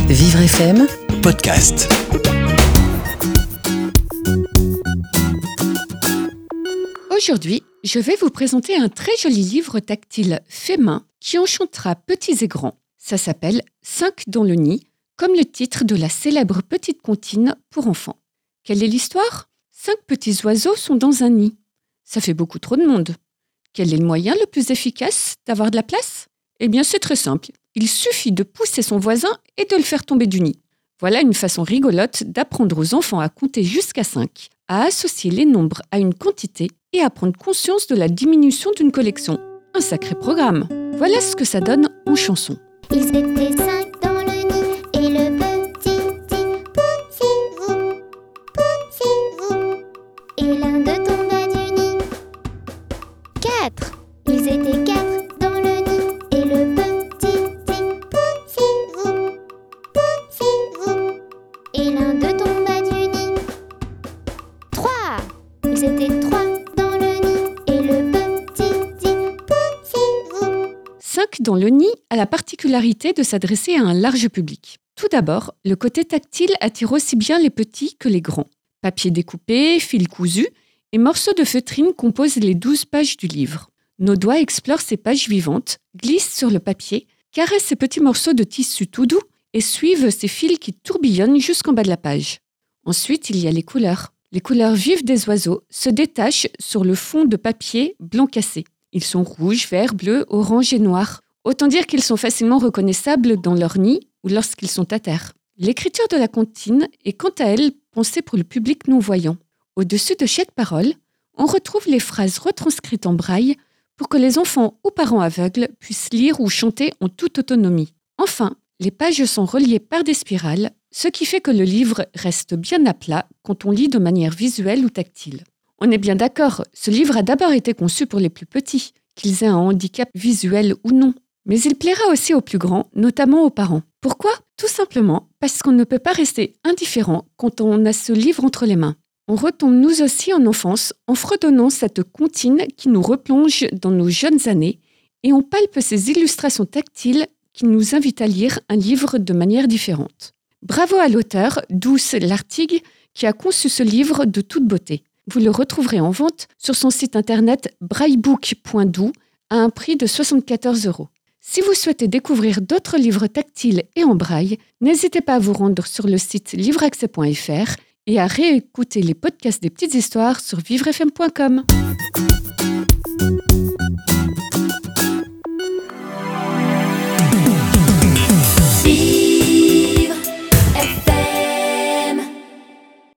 Vivre FM Podcast. Aujourd'hui, je vais vous présenter un très joli livre tactile fait main qui enchantera petits et grands. Ça s'appelle « 5 dans le nid », comme le titre de la célèbre petite comptine pour enfants. Quelle est l'histoire ? 5 petits oiseaux sont dans un nid. Ça fait beaucoup trop de monde. Quel est le moyen le plus efficace d'avoir de la place ? Eh bien, c'est très simple. Il suffit de pousser son voisin et de le faire tomber du nid. Voilà une façon rigolote d'apprendre aux enfants à compter jusqu'à 5, à associer les nombres à une quantité et à prendre conscience de la diminution d'une collection. Un sacré programme. Voilà ce que ça donne en chanson. Ils étaient 5 dans le nid et le petit dit poussez-vous, poussez-vous. Et l'un d'eux tomba du nid. 4. Ils étaient 4 dans le nid et le petit dit poussez-vous, poussez-vous. Et l'un d'eux tomba du nid. 3. Ils étaient 3 dans le nid et le petit dit poussez-vous. 5 dans le nid a la particularité de s'adresser à un large public. Tout d'abord, le côté tactile attire aussi bien les petits que les grands. Papier découpé, fil cousu et morceaux de feutrine composent les 12 pages du livre. Nos doigts explorent ces pages vivantes, glissent sur le papier, caressent ces petits morceaux de tissu tout doux et suivent ces fils qui tourbillonnent jusqu'en bas de la page. Ensuite, il y a les couleurs. Les couleurs vives des oiseaux se détachent sur le fond de papier blanc cassé. Ils sont rouges, verts, bleus, orange et noirs. Autant dire qu'ils sont facilement reconnaissables dans leur nid ou lorsqu'ils sont à terre. L'écriture de la comptine est quant à elle pensée pour le public non-voyant. Au-dessus de chaque parole, on retrouve les phrases retranscrites en braille pour que les enfants ou parents aveugles puissent lire ou chanter en toute autonomie. Enfin, les pages sont reliées par des spirales, ce qui fait que le livre reste bien à plat quand on lit de manière visuelle ou tactile. On est bien d'accord, ce livre a d'abord été conçu pour les plus petits, qu'ils aient un handicap visuel ou non. Mais il plaira aussi aux plus grands, notamment aux parents. Pourquoi ? Tout simplement parce qu'on ne peut pas rester indifférent quand on a ce livre entre les mains. On retombe nous aussi en enfance en fredonnant cette comptine qui nous replonge dans nos jeunes années et on palpe ces illustrations tactiles qui nous invitent à lire un livre de manière différente. Bravo à l'auteur, Douce Lartigue, qui a conçu ce livre de toute beauté. Vous le retrouverez en vente sur son site internet braillebook.do à un prix de 74 €. Si vous souhaitez découvrir d'autres livres tactiles et en braille, n'hésitez pas à vous rendre sur le site livreaccès.fr et à réécouter les podcasts des petites histoires sur vivrefm.com.